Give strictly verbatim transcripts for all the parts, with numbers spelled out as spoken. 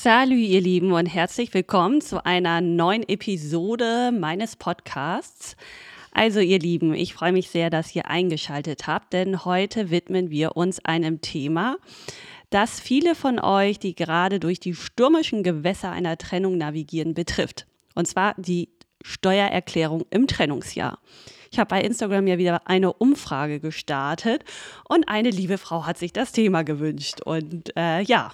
Salü, ihr Lieben, und herzlich willkommen zu einer neuen Episode meines Podcasts. Also, ihr Lieben, ich freue mich sehr, dass ihr eingeschaltet habt, denn heute widmen wir uns einem Thema, das viele von euch, die gerade durch die stürmischen Gewässer einer Trennung navigieren, betrifft. Und zwar die Steuererklärung im Trennungsjahr. Ich habe bei Instagram ja wieder eine Umfrage gestartet und eine liebe Frau hat sich das Thema gewünscht. Und äh, ja,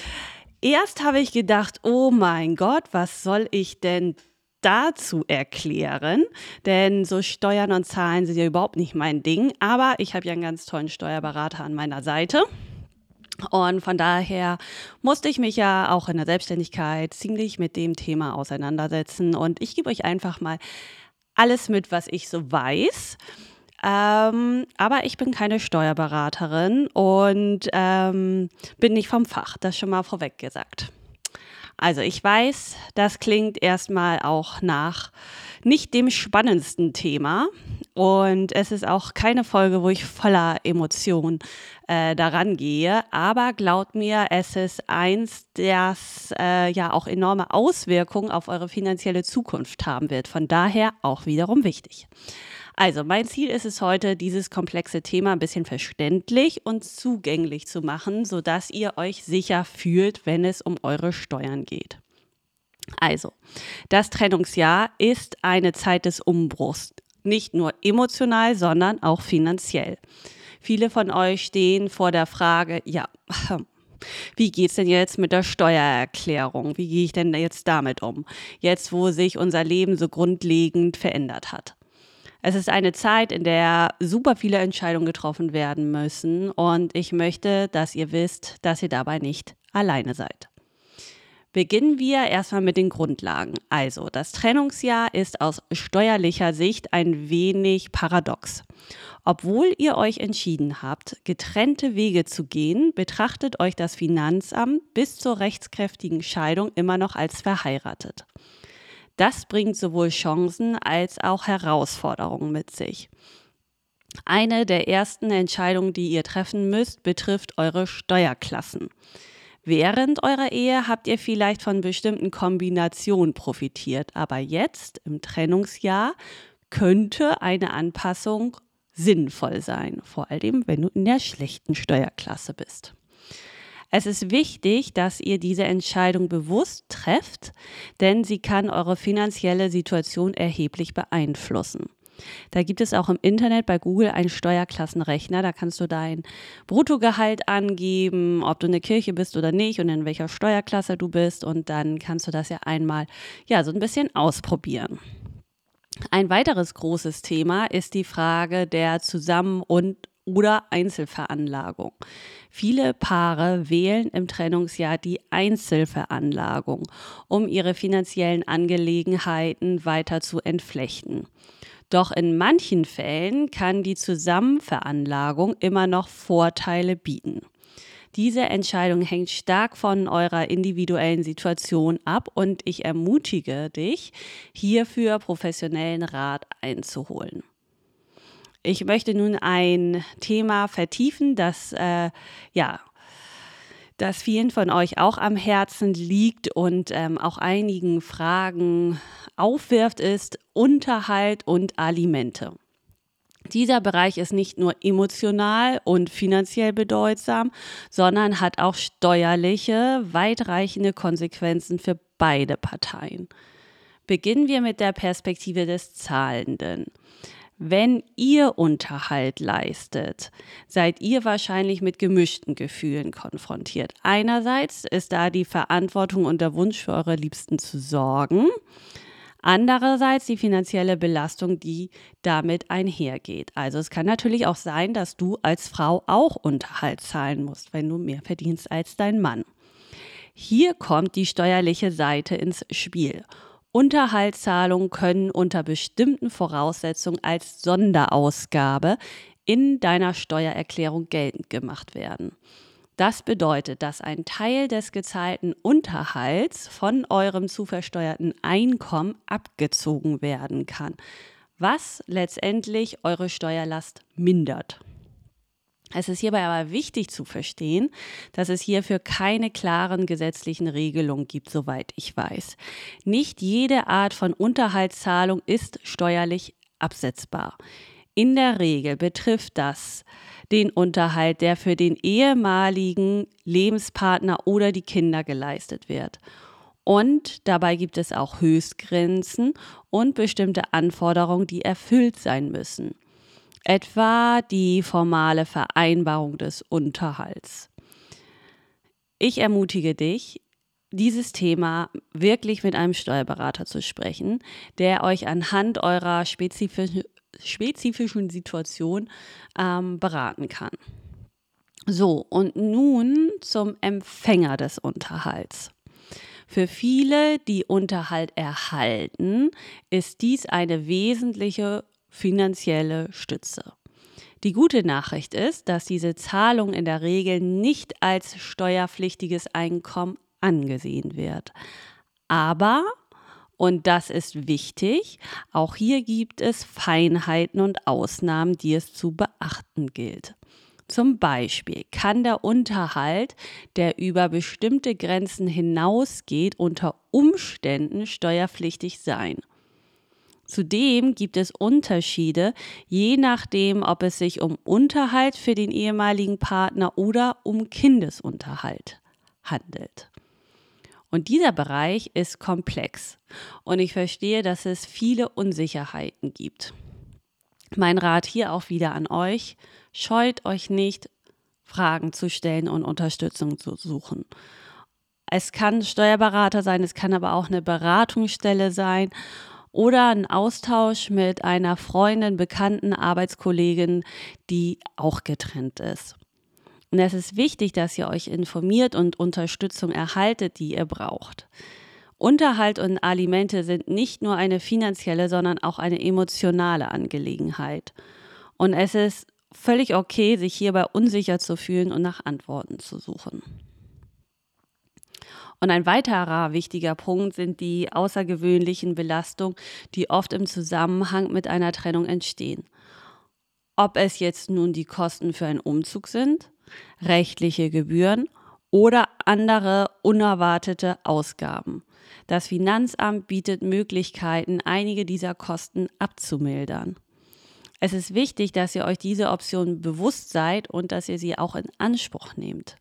erst habe ich gedacht, oh mein Gott, was soll ich denn dazu erklären? Denn so Steuern und Zahlen sind ja überhaupt nicht mein Ding. Aber ich habe ja einen ganz tollen Steuerberater an meiner Seite. Und von daher musste ich mich ja auch in der Selbstständigkeit ziemlich mit dem Thema auseinandersetzen. Und ich gebe euch einfach mal alles mit, was ich so weiß. Ähm, aber ich bin keine Steuerberaterin und ähm, bin nicht vom Fach, das schon mal vorweg gesagt. Also ich weiß, das klingt erstmal auch nach nicht dem spannendsten Thema und es ist auch keine Folge, wo ich voller Emotion äh, daran gehe, aber glaubt mir, es ist eins, das äh, ja auch enorme Auswirkungen auf eure finanzielle Zukunft haben wird. Von daher auch wiederum wichtig. Also mein Ziel ist es heute, dieses komplexe Thema ein bisschen verständlich und zugänglich zu machen, sodass ihr euch sicher fühlt, wenn es um eure Steuern geht. Also, das Trennungsjahr ist eine Zeit des Umbruchs, nicht nur emotional, sondern auch finanziell. Viele von euch stehen vor der Frage, ja, wie geht's denn jetzt mit der Steuererklärung? Wie gehe ich denn jetzt damit um? Jetzt, wo sich unser Leben so grundlegend verändert hat. Es ist eine Zeit, in der super viele Entscheidungen getroffen werden müssen und ich möchte, dass ihr wisst, dass ihr dabei nicht alleine seid. Beginnen wir erstmal mit den Grundlagen. Also, das Trennungsjahr ist aus steuerlicher Sicht ein wenig paradox. Obwohl ihr euch entschieden habt, getrennte Wege zu gehen, betrachtet euch das Finanzamt bis zur rechtskräftigen Scheidung immer noch als verheiratet. Das bringt sowohl Chancen als auch Herausforderungen mit sich. Eine der ersten Entscheidungen, die ihr treffen müsst, betrifft eure Steuerklassen. Während eurer Ehe habt ihr vielleicht von bestimmten Kombinationen profitiert, aber jetzt im Trennungsjahr könnte eine Anpassung sinnvoll sein, vor allem wenn du in der schlechten Steuerklasse bist. Es ist wichtig, dass ihr diese Entscheidung bewusst trefft, denn sie kann eure finanzielle Situation erheblich beeinflussen. Da gibt es auch im Internet bei Google einen Steuerklassenrechner, da kannst du dein Bruttogehalt angeben, ob du eine Kirche bist oder nicht und in welcher Steuerklasse du bist und dann kannst du das ja einmal ja, so ein bisschen ausprobieren. Ein weiteres großes Thema ist die Frage der Zusammen- und oder Einzelveranlagung. Viele Paare wählen im Trennungsjahr die Einzelveranlagung, um ihre finanziellen Angelegenheiten weiter zu entflechten. Doch in manchen Fällen kann die Zusammenveranlagung immer noch Vorteile bieten. Diese Entscheidung hängt stark von eurer individuellen Situation ab und ich ermutige dich, hierfür professionellen Rat einzuholen. Ich möchte nun ein Thema vertiefen, das äh, ja, das vielen von euch auch am Herzen liegt und ähm, auch einigen Fragen aufwirft, ist Unterhalt und Alimente. Dieser Bereich ist nicht nur emotional und finanziell bedeutsam, sondern hat auch steuerliche, weitreichende Konsequenzen für beide Parteien. Beginnen wir mit der Perspektive des Zahlenden. Wenn ihr Unterhalt leistet, seid ihr wahrscheinlich mit gemischten Gefühlen konfrontiert. Einerseits ist da die Verantwortung und der Wunsch für eure Liebsten zu sorgen. Andererseits die finanzielle Belastung, die damit einhergeht. Also es kann natürlich auch sein, dass du als Frau auch Unterhalt zahlen musst, wenn du mehr verdienst als dein Mann. Hier kommt die steuerliche Seite ins Spiel. Unterhaltszahlungen können unter bestimmten Voraussetzungen als Sonderausgabe in deiner Steuererklärung geltend gemacht werden. Das bedeutet, dass ein Teil des gezahlten Unterhalts von eurem zu versteuerten Einkommen abgezogen werden kann, was letztendlich eure Steuerlast mindert. Es ist hierbei aber wichtig zu verstehen, dass es hierfür keine klaren gesetzlichen Regelungen gibt, soweit ich weiß. Nicht jede Art von Unterhaltszahlung ist steuerlich absetzbar. In der Regel betrifft das den Unterhalt, der für den ehemaligen Lebenspartner oder die Kinder geleistet wird. Und dabei gibt es auch Höchstgrenzen und bestimmte Anforderungen, die erfüllt sein müssen. Etwa die formale Vereinbarung des Unterhalts. Ich ermutige dich, dieses Thema wirklich mit einem Steuerberater zu sprechen, der euch anhand eurer spezifischen, spezifischen Situation ähm, beraten kann. So, und nun zum Empfänger des Unterhalts. Für viele, die Unterhalt erhalten, ist dies eine wesentliche finanzielle Stütze. Die gute Nachricht ist, dass diese Zahlung in der Regel nicht als steuerpflichtiges Einkommen angesehen wird. Aber, und das ist wichtig, auch hier gibt es Feinheiten und Ausnahmen, die es zu beachten gilt. Zum Beispiel kann der Unterhalt, der über bestimmte Grenzen hinausgeht, unter Umständen steuerpflichtig sein. Zudem gibt es Unterschiede, je nachdem, ob es sich um Unterhalt für den ehemaligen Partner oder um Kindesunterhalt handelt. Und dieser Bereich ist komplex und ich verstehe, dass es viele Unsicherheiten gibt. Mein Rat hier auch wieder an euch: Scheut euch nicht, Fragen zu stellen und Unterstützung zu suchen. Es kann Steuerberater sein, es kann aber auch eine Beratungsstelle sein oder ein Austausch mit einer Freundin, Bekannten, Arbeitskollegin, die auch getrennt ist. Und es ist wichtig, dass ihr euch informiert und Unterstützung erhaltet, die ihr braucht. Unterhalt und Alimente sind nicht nur eine finanzielle, sondern auch eine emotionale Angelegenheit. Und es ist völlig okay, sich hierbei unsicher zu fühlen und nach Antworten zu suchen. Und ein weiterer wichtiger Punkt sind die außergewöhnlichen Belastungen, die oft im Zusammenhang mit einer Trennung entstehen. Ob es jetzt nun die Kosten für einen Umzug sind, rechtliche Gebühren oder andere unerwartete Ausgaben. Das Finanzamt bietet Möglichkeiten, einige dieser Kosten abzumildern. Es ist wichtig, dass ihr euch diese Option bewusst seid und dass ihr sie auch in Anspruch nehmt.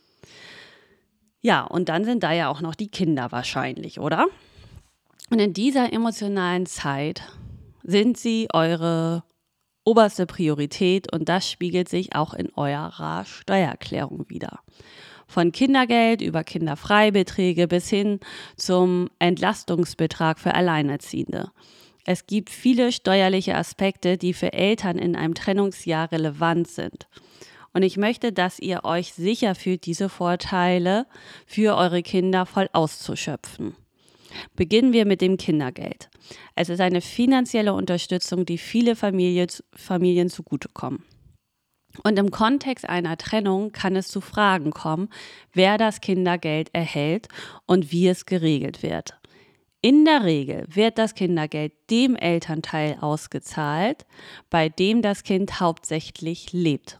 Ja, und dann sind da ja auch noch die Kinder wahrscheinlich, oder? Und in dieser emotionalen Zeit sind sie eure oberste Priorität und das spiegelt sich auch in eurer Steuererklärung wider. Von Kindergeld über Kinderfreibeträge bis hin zum Entlastungsbetrag für Alleinerziehende. Es gibt viele steuerliche Aspekte, die für Eltern in einem Trennungsjahr relevant sind. Und ich möchte, dass ihr euch sicher fühlt, diese Vorteile für eure Kinder voll auszuschöpfen. Beginnen wir mit dem Kindergeld. Es ist eine finanzielle Unterstützung, die viele Familie, Familien zugutekommen. Und im Kontext einer Trennung kann es zu Fragen kommen, wer das Kindergeld erhält und wie es geregelt wird. In der Regel wird das Kindergeld dem Elternteil ausgezahlt, bei dem das Kind hauptsächlich lebt.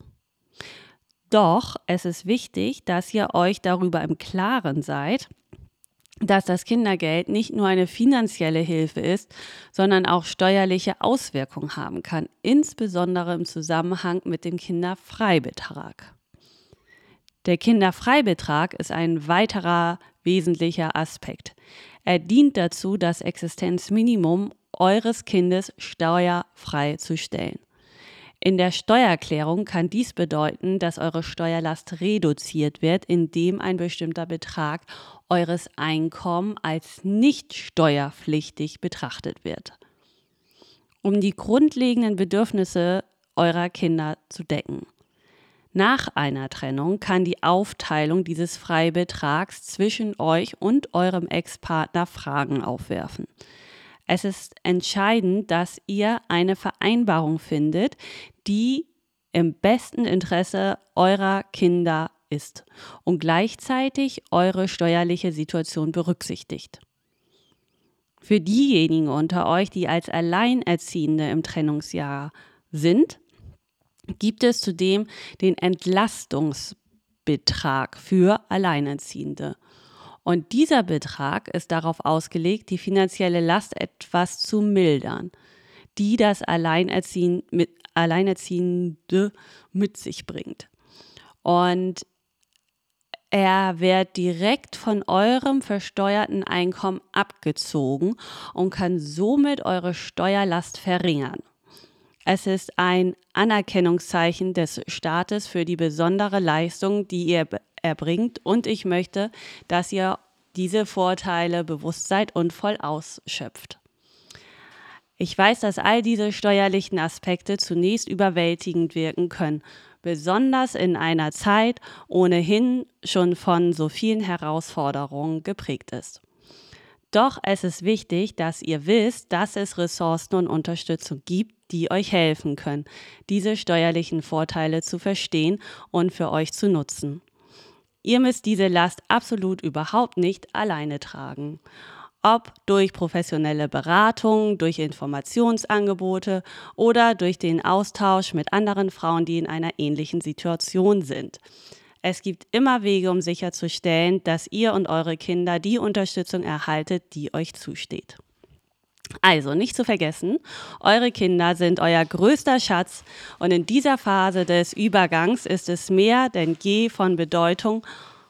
Doch es ist wichtig, dass ihr euch darüber im Klaren seid, dass das Kindergeld nicht nur eine finanzielle Hilfe ist, sondern auch steuerliche Auswirkungen haben kann, insbesondere im Zusammenhang mit dem Kinderfreibetrag. Der Kinderfreibetrag ist ein weiterer wesentlicher Aspekt. Er dient dazu, das Existenzminimum eures Kindes steuerfrei zu stellen. In der Steuererklärung kann dies bedeuten, dass eure Steuerlast reduziert wird, indem ein bestimmter Betrag eures Einkommens als nicht steuerpflichtig betrachtet wird, um die grundlegenden Bedürfnisse eurer Kinder zu decken. Nach einer Trennung kann die Aufteilung dieses Freibetrags zwischen euch und eurem Ex-Partner Fragen aufwerfen. Es ist entscheidend, dass ihr eine Vereinbarung findet, die im besten Interesse eurer Kinder ist und gleichzeitig eure steuerliche Situation berücksichtigt. Für diejenigen unter euch, die als Alleinerziehende im Trennungsjahr sind, gibt es zudem den Entlastungsbetrag für Alleinerziehende. Und dieser Betrag ist darauf ausgelegt, die finanzielle Last etwas zu mildern, die das Alleinerziehen, mit, Alleinerziehende mit sich bringt. Und er wird direkt von eurem versteuerten Einkommen abgezogen und kann somit eure Steuerlast verringern. Es ist ein Anerkennungszeichen des Staates für die besondere Leistung, die ihr erbringt, und ich möchte, dass ihr diese Vorteile bewusst seid und voll ausschöpft. Ich weiß, dass all diese steuerlichen Aspekte zunächst überwältigend wirken können, besonders in einer Zeit ohnehin schon von so vielen Herausforderungen geprägt ist. Doch es ist wichtig, dass ihr wisst, dass es Ressourcen und Unterstützung gibt, die euch helfen können, diese steuerlichen Vorteile zu verstehen und für euch zu nutzen. Ihr müsst diese Last absolut überhaupt nicht alleine tragen. Ob durch professionelle Beratung, durch Informationsangebote oder durch den Austausch mit anderen Frauen, die in einer ähnlichen Situation sind. Es gibt immer Wege, um sicherzustellen, dass ihr und eure Kinder die Unterstützung erhaltet, die euch zusteht. Also nicht zu vergessen, eure Kinder sind euer größter Schatz und in dieser Phase des Übergangs ist es mehr denn je von Bedeutung,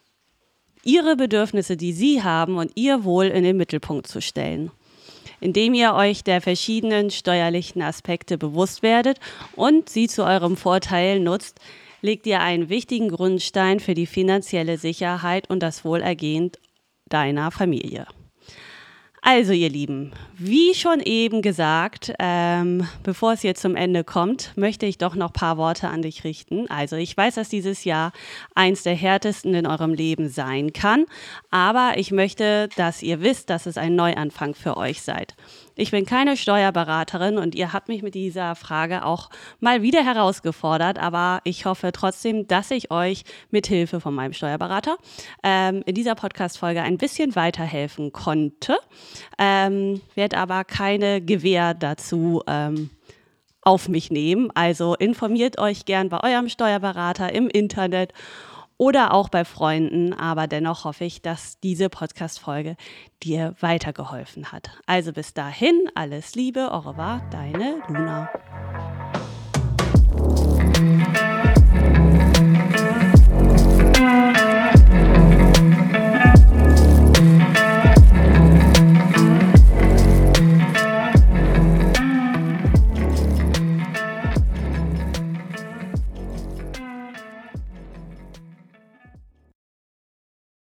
ihre Bedürfnisse, die sie haben, und ihr Wohl in den Mittelpunkt zu stellen. Indem ihr euch der verschiedenen steuerlichen Aspekte bewusst werdet und sie zu eurem Vorteil nutzt, legt ihr einen wichtigen Grundstein für die finanzielle Sicherheit und das Wohlergehen deiner Familie. Also ihr Lieben, wie schon eben gesagt, ähm, bevor es jetzt zum Ende kommt, möchte ich doch noch ein paar Worte an dich richten. Also ich weiß, dass dieses Jahr eins der härtesten in eurem Leben sein kann, aber ich möchte, dass ihr wisst, dass es ein Neuanfang für euch seid. Ich bin keine Steuerberaterin und ihr habt mich mit dieser Frage auch mal wieder herausgefordert, aber ich hoffe trotzdem, dass ich euch mit Hilfe von meinem Steuerberater ähm, in dieser Podcast-Folge ein bisschen weiterhelfen konnte. Ähm, werde aber keine Gewähr dazu ähm, auf mich nehmen. Also informiert euch gern bei eurem Steuerberater im Internet oder auch bei Freunden, aber dennoch hoffe ich, dass diese Podcast-Folge dir weitergeholfen hat. Also bis dahin, alles Liebe, au revoir, deine Luna.